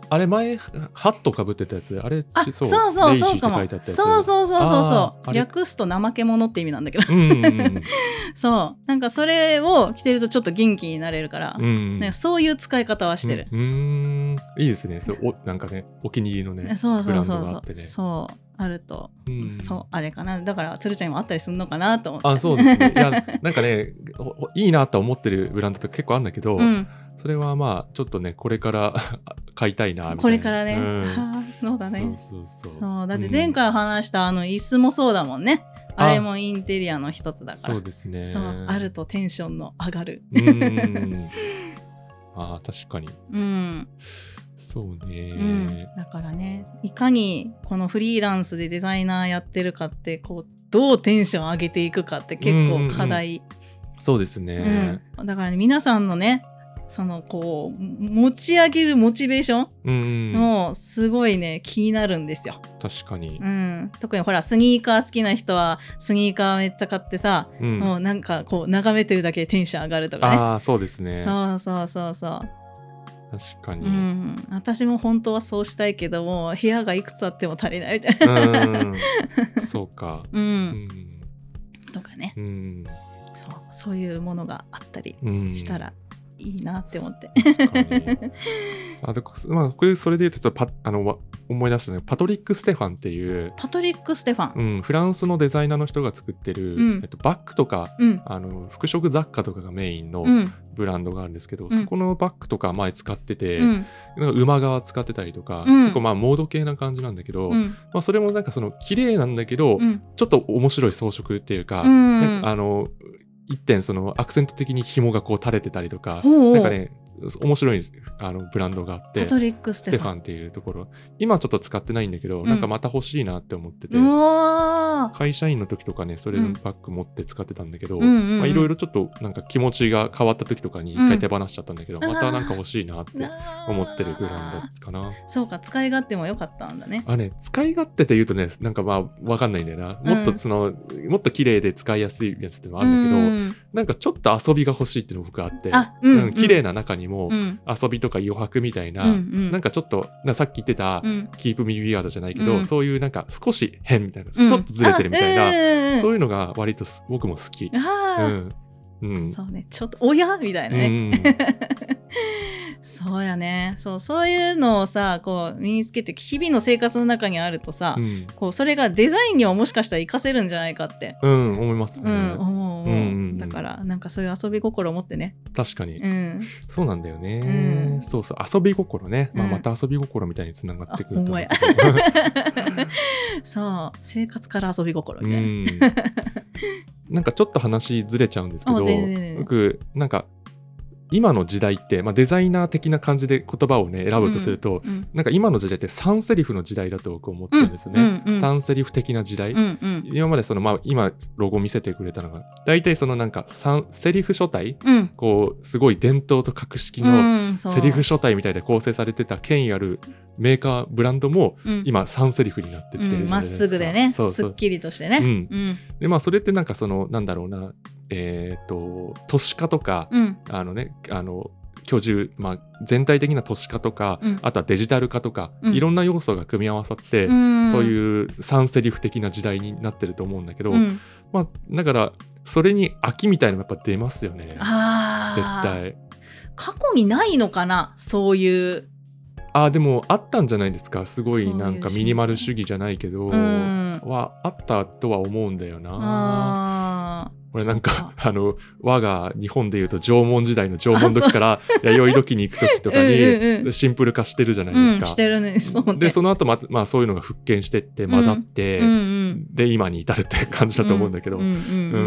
あれ前ハットかぶってたやつあれあそうそうそうそうかもそうそうそうそうそう略すと怠け者って意味なんだけどうんうん、うん、そうなんかそれを着てるとちょっと元気になれるから、うんうん、なんかそういう使い方はしてる、 うん、うんいいですねそうおなんかねお気に入りのねそうそうそうそうブランドがあってねそうあると、うん、そうあれかなだからつるちゃんにもあったりするのかなと思ってあそうですねいやなんかねいいなと思ってるブランドとか結構あるんだけど、うん、それはまあちょっとねこれから買いたいなみたいなこれからね、うん、あそうだねそうそうそうそうだって前回話したあの椅子もそうだもんね、うん、あれもインテリアの一つだからそうですねそうあるとテンションの上がるうんあ確かにうんそうね、 うん、だからねいかにこのフリーランスでデザイナーやってるかってこうどうテンション上げていくかって結構課題、 うんうんうん、そうですね、 うん、だからね皆さんのねそのこう持ち上げるモチベーションもすごいね気になるんですよ確かに、 うん、特にほらスニーカー好きな人はスニーカーめっちゃ買ってさ、うん、もうなんかこう眺めてるだけでテンション上がるとかねあそうですねそうそうそうそう確かに、 うん、私も本当はそうしたいけども部屋がいくつあっても足りないみたいなうんそうか、うんうん、 とかね、 うん、 そうそういうものがあったりしたらいいなって思って、 うん、あでまあこれそれで言うとパあの思い出したねパトリック・ステファンっていうパトリック・ステファン、 うん、フランスのデザイナーの人が作ってる、うんえっと、バッグとか、うん、あの服飾雑貨とかがメインのブランドがあるんですけど、うん、そこのバッグとか前使ってて、うん、なんか馬革使ってたりとか、うん、結構まあモード系な感じなんだけど、うんまあ、それもなんかその綺麗なんだけど、うん、ちょっと面白い装飾っていうか、うん、なんかあの一点そのアクセント的に紐がこう垂れてたりとか、うん、なんかね面白いあのブランドがあってパトリックステファンステファンっていうところ今ちょっと使ってないんだけど、うん、なんかまた欲しいなって思ってて、会社員の時とかねそれのバッグ持って使ってたんだけどいろいろちょっとなんか気持ちが変わった時とかに一回手放しちゃったんだけど、うん、またなんか欲しいなって思ってるブランドかな。 そうか使い勝手も良かったんだね。 あね使い勝手って言うとねなんかまあ分かんないんだよな、もっとその、うん、もっと綺麗で使いやすいやつってのもあるんだけど、うん、なんかちょっと遊びが欲しいっていうのが僕あってあ、うんうん、綺麗な中にも遊びとか余白みたいな、うんうん、なんかちょっとなさっき言ってた、うん、Keep Me Weird じゃないけど、うん、そういうなんか少し変みたいな、うん、ちょっとずれてるみたいな、えー、そういうのが割と僕も好き。うんうん、 そうねちょっとおやみたいなね、うん、そうやねそうそういうのをさこう身につけて日々の生活の中にあるとさ、うん、こうそれがデザインにはもしかしたら活かせるんじゃないかって、 うん、思いますね、 うん、思う思う、うん、だからなんかそういう遊び心を持ってね確かに、うん、そうなんだよね、うん、そうそう遊び心ね、まあ、また遊び心みたいにつながってくると思う、 そう生活から遊び心みたいな、うんなんかちょっと話ずれちゃうんですけど僕なんか今の時代って、まあ、デザイナー的な感じで言葉をね選ぶとすると、うんうん、なんか今の時代ってさんセリフの時代だと僕思ってるんですよね、うんうんうん、さんセリフ的な時代、うんうん、今までその、まあ、今ロゴ見せてくれたのが大体そのなんかさんセリフ書体、うん、こうすごい伝統と格式のセリフ書体みたいで構成されてた権威あるメーカーブランドも今さんセリフになってってるじゃないですか、ま、 うん、っすぐでねそうそうすっきりとしてね、うんうん、 でまあそれってなんかそのなんだろうなえー、と都市化とか、うん、あのねあの居住、まあ、全体的な都市化とか、うん、あとはデジタル化とか、うん、いろんな要素が組み合わさって、うん、そういうさんセリフ的な時代になってると思うんだけど、うんまあ、だからそれに飽きみたいなのやっぱ出ますよねあ絶対。 過去にないのかなそういうあでもあったんじゃないですかすごいなんかミニマル主義じゃないけど、うん、はあったとは思うんだよな。これなんかあの我が日本でいうと縄文時代の縄文時から弥生時に行く時とかにシンプル化してるじゃないですか、うん、してるねそうねでその後ま、まあそういうのが復権してって混ざって、うんうん、で今に至るって感じだと思うんだけど、うんうんうんうん、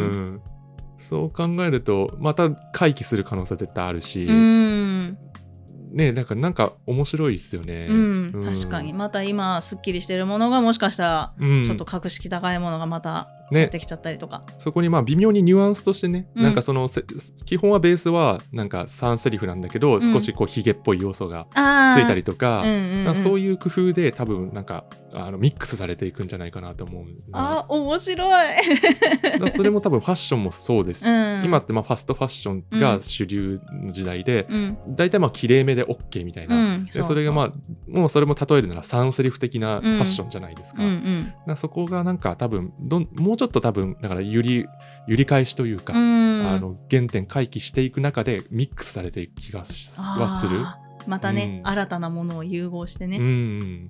そう考えるとまた回帰する可能性は絶対あるし、うんね、なんかなんか面白いですよね、 うんうん、確かにまた今すっきりしてるものがもしかしたらちょっと格式高いものがまた出てきちゃったりとか、 ね、そこにまあ微妙にニュアンスとしてね、うん、なんかその基本はベースはなんかさんセリフなんだけど、うん、少しこうヒゲっぽい要素がついたりとか、うんうんうん、そういう工夫で多分なんかあのミックスされていくんじゃないかなと思う。 あ、面白いだそれも多分ファッションもそうです、うん、今ってまあファストファッションが主流の時代で、うん、だいたいまあ綺麗めで OK みたいな、うん、でそれがまあもうそれも例えるならサンスリフ的なファッションじゃないですか、うんうんうん、だそこがなんか多分どんもうちょっと多分だから揺り揺り返しというか、うん、あの原点回帰していく中でミックスされていく気がはする。 またね、うん、新たなものを融合してね、うん、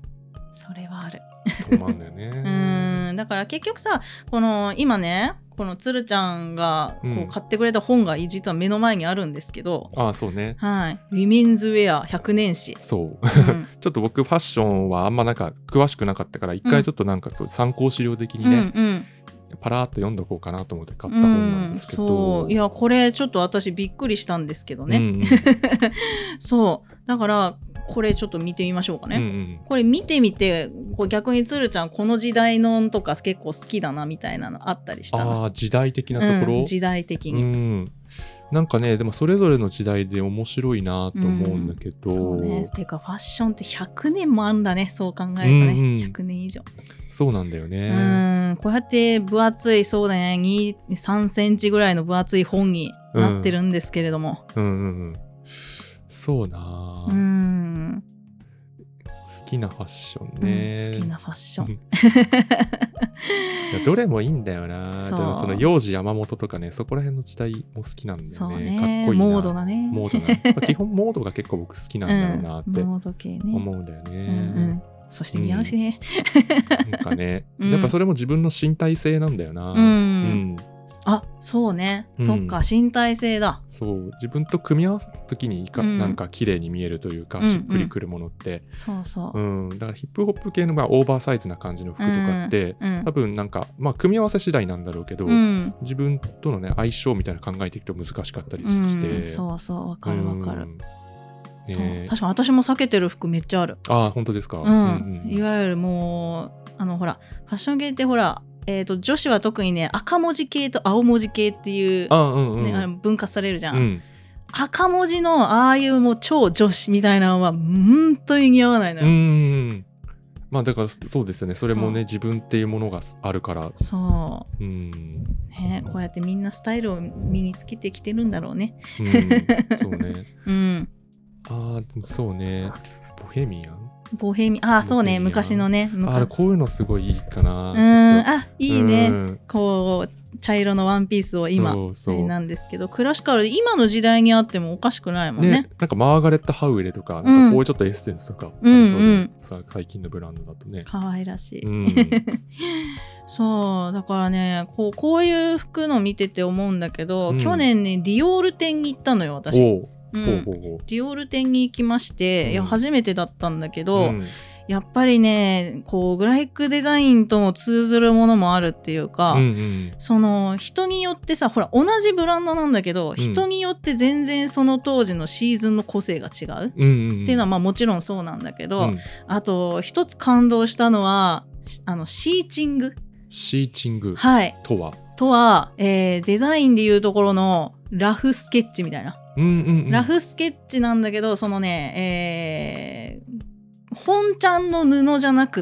それはあると思うんだよねうんだから結局さこの今ねこのつるちゃんがこう買ってくれた本が実は目の前にあるんですけど、 うん、ああそうね、 はい、ウィメンズウェアひゃくねん史。 そう、うん、ちょっと僕ファッションはあんまなんか詳しくなかったから一回ちょっとなんかそう参考資料的にね、うんうんパラーっと読んどこうかなと思って買った本なんですけど、うん、 そういやこれちょっと私びっくりしたんですけどね、うんうん、そうだからこれちょっと見てみましょうかね、うんうん、これ見てみてこう逆につるちゃんこの時代のとか結構好きだなみたいなのあったりしたの？ あ時代的なところ、 うん、時代的に、 うんなんかねでもそれぞれの時代で面白いなと思うんだけど、うん、 そうねてかファッションってひゃくねんもあるんだねそう考えるとね、うんうん、ひゃくねん以上そうなんだよねうんこうやって分厚いそうだねにさんセンチぐらいの分厚い本になってるんですけれども、 うん、うんうんうんそうなうん好きなファッションね、 うん、好きなファッションいやどれもいいんだよな。でもその幼児山本とかねそこら辺の時代も好きなんだよ ね, そうねかっこいいなモードだねモードな、まあ、基本モードが結構僕好きなんだろうなって思うんだよね、うんうん、 そして似合うしね、 うん、なんかねやっぱそれも自分の身体性なんだよな、うんうんあそうね、うん、そっか身体性だそう自分と組み合わせた時にいか、うん、なんか綺麗に見えるというか、うんうん、しっくりくるものって、 そうそう、 うん、だからヒップホップ系のまあオーバーサイズな感じの服とかって、うんうん、多分なんかまあ組み合わせ次第なんだろうけど、うん、自分とのね相性みたいな考えていくと難しかったりして、うん、 そうそうわかるわかる、うんそう確かに私も避けてる服めっちゃある。 あ本当ですか、 うんうんうん、いわゆるもうあのほらファッション系ってほらえー、と女子は特にね赤文字系と青文字系っていう、あ、うんうんね、あの分割されるじゃん、うん、赤文字のああいうもう超女子みたいなのは本当に似合わないのよ。うんまあだからそうですよねそれもね自分っていうものがあるからそう、うんね、こうやってみんなスタイルを身につけてきてるんだろうね、 うん、そうね、うん、ああそうねボヘミアンボヘミああそうね昔のね昔あこういうのすごいいいかなうんあいいね、うん、こう茶色のワンピースを今そうそうなんですけどクラシカルで今の時代にあってもおかしくないもん ね, ねなんかマーガレット・ハウエレとか、うん、なんかこういうちょっとエッセンスとかありそうじゃないですか、うんうん、最近のブランドだとね可愛らしい、うん、そうだからねこう、こういう服の見てて思うんだけど、うん、去年ねディオール店に行ったのよ私おうん、ほうほうほうディオール店に行きまして、うん、いや初めてだったんだけど、うん、やっぱりねこうグラフィックデザインとも通ずるものもあるっていうか、うんうん、その人によってさほら同じブランドなんだけど、うん、人によって全然その当時のシーズンの個性が違う、うんうんうん、っていうのはまあもちろんそうなんだけど、うん、あと一つ感動したのはあのシーチングシーチングとは、はい、 とは、えー、デザインでいうところのラフスケッチみたいなうんうんうん、ラフスケッチなんだけどそのね、えー、本ちゃんの布じゃなくって、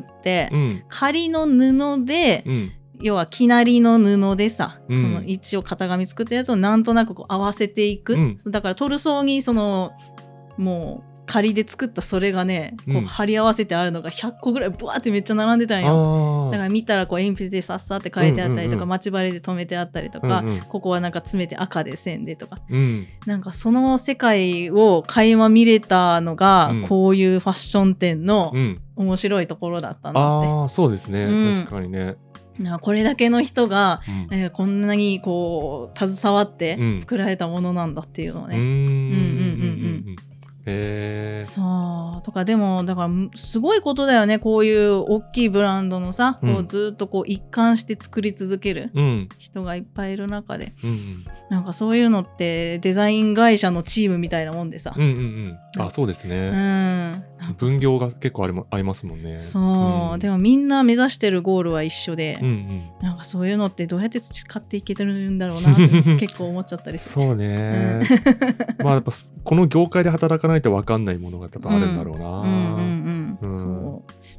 うん、仮の布で、うん、要は生成りの布でさ、うん、その一応型紙作ったやつをなんとなくこう合わせていく、うん、だからトルソーにそのもう仮で作ったそれがねこう貼り合わせてあるのがひゃっこぐらいブワーってめっちゃ並んでたんよ。だから見たらこう鉛筆でさっさって書いてあったりとか、うんうんうん、待ち針で留めてあったりとか、うんうん、ここはなんか詰めて赤で線でとか、うん、なんかその世界を垣間見れたのが、うん、こういうファッション店の面白いところだったんだって、 うん、あそうですね、うん、確かにねこれだけの人が、うんえー、こんなにこう携わって作られたものなんだっていうのをね、うん、うんうんうんうんへそうとかでもだからすごいことだよねこういう大きいブランドのさ、うん、こうずっとこう一貫して作り続ける人がいっぱいいる中で、うんうん、なんかそういうのってデザイン会社のチームみたいなもんでさ、うんうんうん、あそうですね、うん、分業が結構あり、ありますもんねそう、うん、でもみんな目指してるゴールは一緒で、うんうん、なんかそういうのってどうやって培っていけてるんだろうなって結構思っちゃったりするそうね、うん、まあやっぱこの業界で働かないと分かんないものがやっぱあるんだろうな、うんうんうんうん、 そう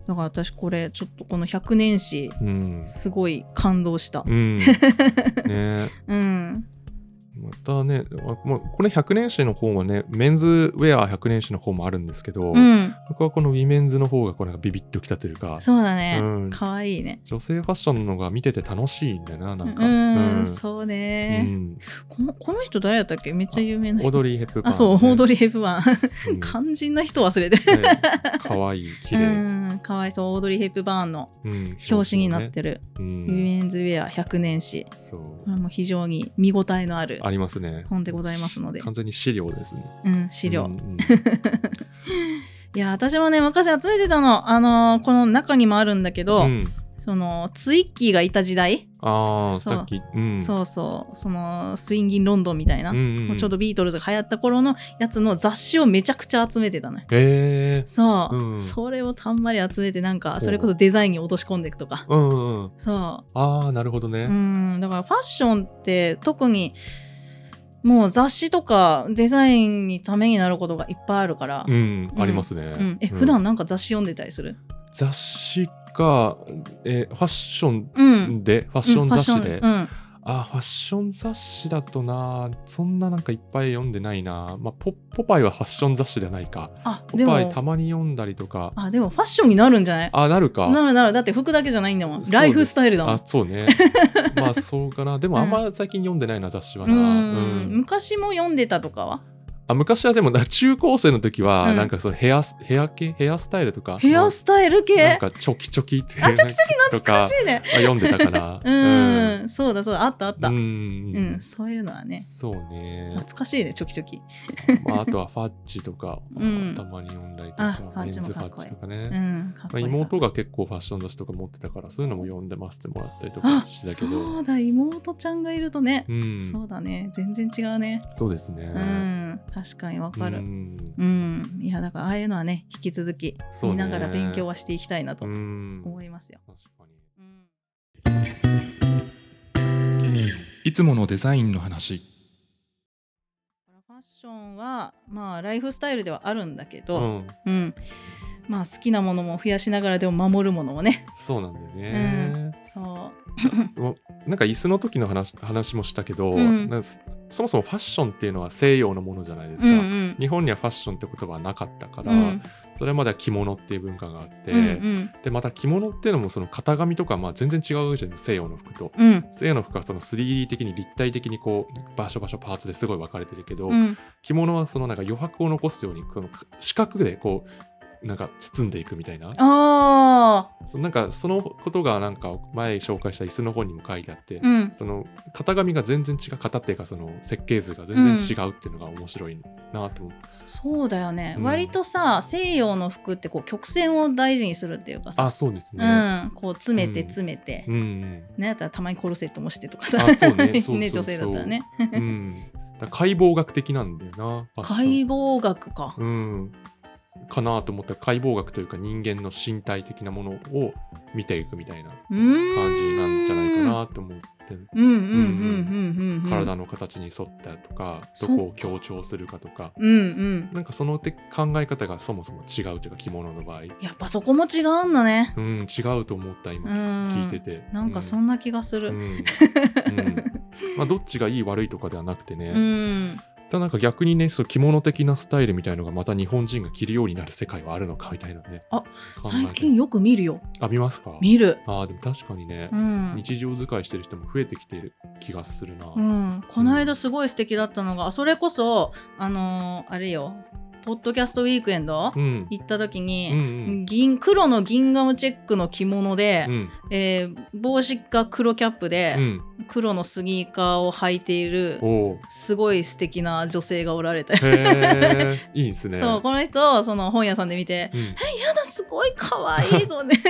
だから私これちょっとこのひゃくねん誌、うん、すごい感動した、うん、 ねうんまたね、これひゃくねん誌の方はね、メンズウェアひゃくねん誌の方もあるんですけど、うん、僕はこのウィメンズの方がこれがビビッときたというか、 そうだね、うん、かわいいね。 女性ファッションのが見てて楽しいんだよな、なんか。 うん、うん、そうね、うん、この。この人誰だったっけ？めっちゃ有名な人。 オードリー・ヘップバーン、ね。 あ、そう、オードリー・ヘップバーン。うん、肝心な人忘れてる。 ね、かわいい、綺麗です、 うん。かわいそう、オードリー・ヘップバーンの表紙になってる、うん、ウィメンズウェアひゃくねん誌。そう。これも非常に見応えのある。 ありますね。 本でございますので、 完全に資料ですね。 うん、資料。うんうん、いや私もね昔集めてたの、あのー、この中にもあるんだけど、うん、そのツイッキーがいた時代、 ああさっき、 うん、そうそうそのスインギンロンドンみたいな、うんうんうん、ちょうどビートルズが流行った頃のやつの雑誌をめちゃくちゃ集めてたのよ。 へー、 そう、うん、それをたんまり集めてなんかそれこそデザインに落とし込んでいくとか、うんうん、そうああなるほどね、 うん、だからファッションって特にもう雑誌とかデザインにためになることがいっぱいあるから、 うん、うん、ありますね、 うん、え、うん、普段なんか雑誌読んでたりする？ 雑誌か、えファッションで、うん、ファッション雑誌で、うんうん、あファッション雑誌だとなそんななんかいっぱい読んでないな、まあ、ポ, ポパイはファッション雑誌じゃないか。あポパイたまに読んだりとか。 あでもファッションになるんじゃない？ あなるかなるなる、だって服だけじゃないんだもん、ライフスタイルだもん。 あそうねまあそうかな。でもあんま最近読んでないな、雑誌はな。うん、 うん、昔も読んでたとかは？ あ昔はでも中高生の時はなんかそのヘア、うん、ヘア系ヘアスタイルとかヘアスタイル系なんかチョキチョキっていうあチョキチョキ懐かしいね読んでたかなうん、うん、そうだそうだあったあったうん、うん、そういうのはねそうね懐かしいねチョキチョキまあ、あとはファッチとか、うん、たまに読んだりとかメンズファッチとかね、うんかっこいいまあ、妹が結構ファッション雑誌とか持ってたからそういうのも読んでましてもらったりとかしてたけどそうだ妹ちゃんがいるとね、うん、そうだね全然違うねそうですねうん確かにわかるうん、うん、いやだからああいうのはね引き続き見ながら勉強はしていきたいなと思いますよ。確かに、うん、いつものデザインの話。 ファッションはまあライフスタイルではあるんだけど、うんうん、まあ好きなものも増やしながらでも守るものもねそうなんだよね、 うん、そうなんか椅子の時の 話, 話もしたけど、うん、なんかそもそもファッションっていうのは西洋のものじゃないですか、うんうん、日本にはファッションって言葉はなかったから、うん、それまでは着物っていう文化があって、うんうん、でまた着物っていうのもその型紙とかまあ全然違うじゃん西洋の服と、うん、西洋の服はその スリーディー 的に立体的にこう場所場所パーツですごい分かれてるけど、うん、着物はそのなんか余白を残すようにその四角でこうなんか包んでいくみたいなあそなんかそのことがなんか前紹介した椅子の本にも書いてあって、うん、その型紙が全然違う型っていうかその設計図が全然違うっていうのが面白いなと思って、うん、 そうだよね、うん、割とさ西洋の服ってこう曲線を大事にするっていうかさあそうですね、 うん、こう詰めて詰めて、うんうん、ねやったらたまにコルセットもしてとかさあそうねね女性だったらね、うん、 だ解剖学的なんだよな解剖学かうんかなと思ったら解剖学というか人間の身体的なものを見ていくみたいな感じなんじゃないかなと思って体の形に沿ったとかどこを強調するかとか、うんうん、なんかその考え方がそもそも違うというか着物の場合やっぱそこも違うんだねうん違うと思った今聞いててなんかそんな気がする、うんうんまあ、どっちがいい悪いとかではなくてね、うんだなんか逆にねそう着物的なスタイルみたいのがまた日本人が着るようになる世界はあるのかみたいなねあ最近よく見るよあ見ますか見るあでも確かにね、うん、日常使いしてる人も増えてきてる気がするな、 うん、この間すごい素敵だったのが、うん、それこそあのー、あれよポッドキャストウィークエンド、うん、行った時に、うんうん、銀黒のギンガムチェックの着物で、うんえー、帽子が黒キャップで、うん、黒のスニーカーを履いているすごい素敵な女性がおられたへいいですねそうこの人その本屋さんで見て、うん、えやだすごい可愛いのね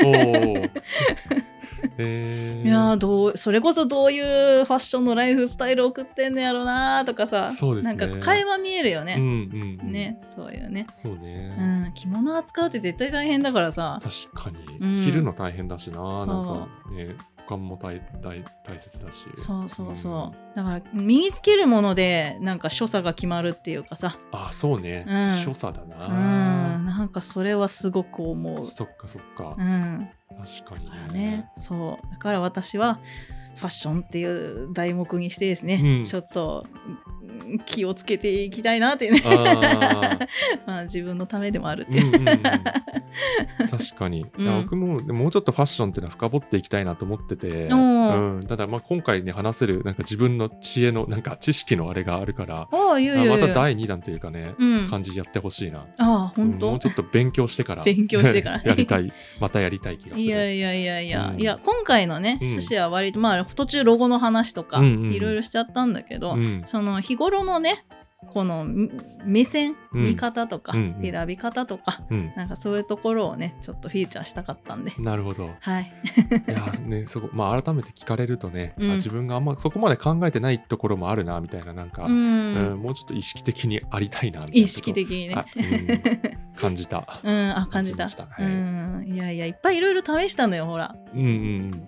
えー、いやどうそれこそどういうファッションのライフスタイル送ってんのやろなとかさそうです、ね、 なんか会話見えるよね、うんうんうん、ねそういうねそうね、 うん、着物扱うって絶対大変だからさ確かに、うん、着るの大変だしななんかね五感も 大, 大, 大切だしそうそうそう、うん、だから身につけるものでなんか所作が決まるっていうかさあそうね、うん、所作だな、 うん、なんかそれはすごく思う。 そっかそっか、 うん、 確かにね, ねそうだから私はファッションっていう題目にしてですね、うん、ちょっと気をつけていきたいなっていうねあまあ自分のためでもあるっていう、うんうんうん、 確かに、うん、いや僕ももうちょっとファッションっていうのは深掘っていきたいなと思ってて、うん、ただまあ今回ね話せるなんか自分の知恵のなんか知識のあれがあるからいやいやいやまただいにだんというかね、うん、感じやってほしいな。 あ本当、 うん、もうちょっと勉強してから勉強してからやりたいまたやりたい気がする。 いやいやいやいや、うん、いや今回のね趣旨は割と、まあ途中ロゴの話とかいろいろしちゃったんだけど、うんうん、その日頃のねこの目線、うん、見方とか、うんうん、選び方とか、うん、なんかそういうところをねちょっとフィーチャーしたかったんで。 なるほど。 はい。 いやねそこまあ改めて聞かれるとね、うん、あ自分があんまそこまで考えてないところもあるなみたいななんか、うんうん、もうちょっと意識的にありたいなみたいな。 意識的にね。 うん、感じた。 うんあ感じた。感じたはい、うんいやいやいっぱいいろいろ試したのよほら。うんうん、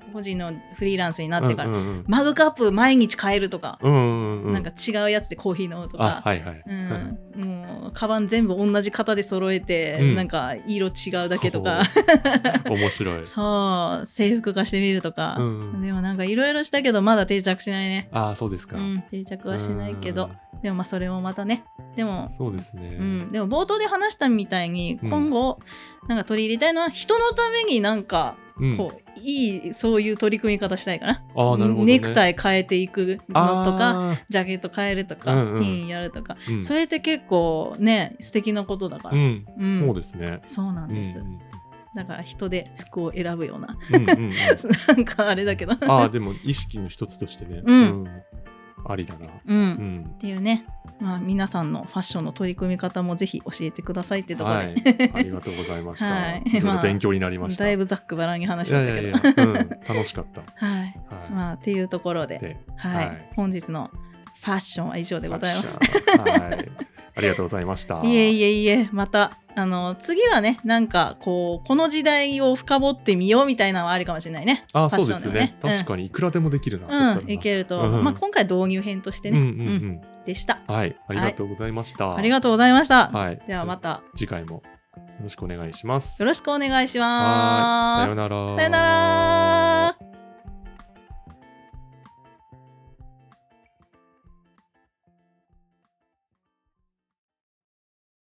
個人のフリーランスになってから、うんうんうん、マグカップ毎日変えるとか、うんうんうん、なんか違うやつでコーヒー飲むとか。はいはいうんうん、もうカバン全部同じ型で揃えて、うん、なんか色違うだけとか面白いそう制服化してみるとか、うん、でもなんかいろいろしたけどまだ定着しないね。 ああそうですか、 うん、定着はしないけどでもまあそれもまたねでもそうですね、 うん、でも冒頭で話したみたいに今後、うん、なんか取り入れたいのは人のためになんかこう、うん、いいそういう取り組み方したいかな。 あ、なるほどね、 ネクタイ変えていくのとかジャケット変えるとか、うんうん、ティーンやるとか、うん、それって結構ね素敵なことだから、 うんうん、そうですね。 そうなんです、うんうん、だから人で服を選ぶような、うんうんうん、なんかあれだけどあでも意識の一つとしてね、うんうんありだな、 うんうん、っていうね、まあ、皆さんのファッションの取り組み方もぜひ教えてくださいってところで、はい、 ありがとうございました、はい、いろいろ勉強になりました、 まあ、だいぶざっくばらんに話しちゃったけどいやいやいや、うん、楽しかった、 はいはいまあ、っていうところで、はいはい、本日のファッションは以上でございます。 はいありがとうございました。 いえいえいえまたあの次はねなんかこうこの時代を深掘ってみようみたいなのはあるかもしれないね。 あそうですね、うん、確かにいくらでもできるな、 うん、そしたらいけると、うんまあ、今回導入編としてね、うんうんうんうん、でした。 はいありがとうございました、 はい、ありがとうございました、 はい、 ではまた次回もよろしくお願いします。 よろしくお願いします。 はいさよならさよなら。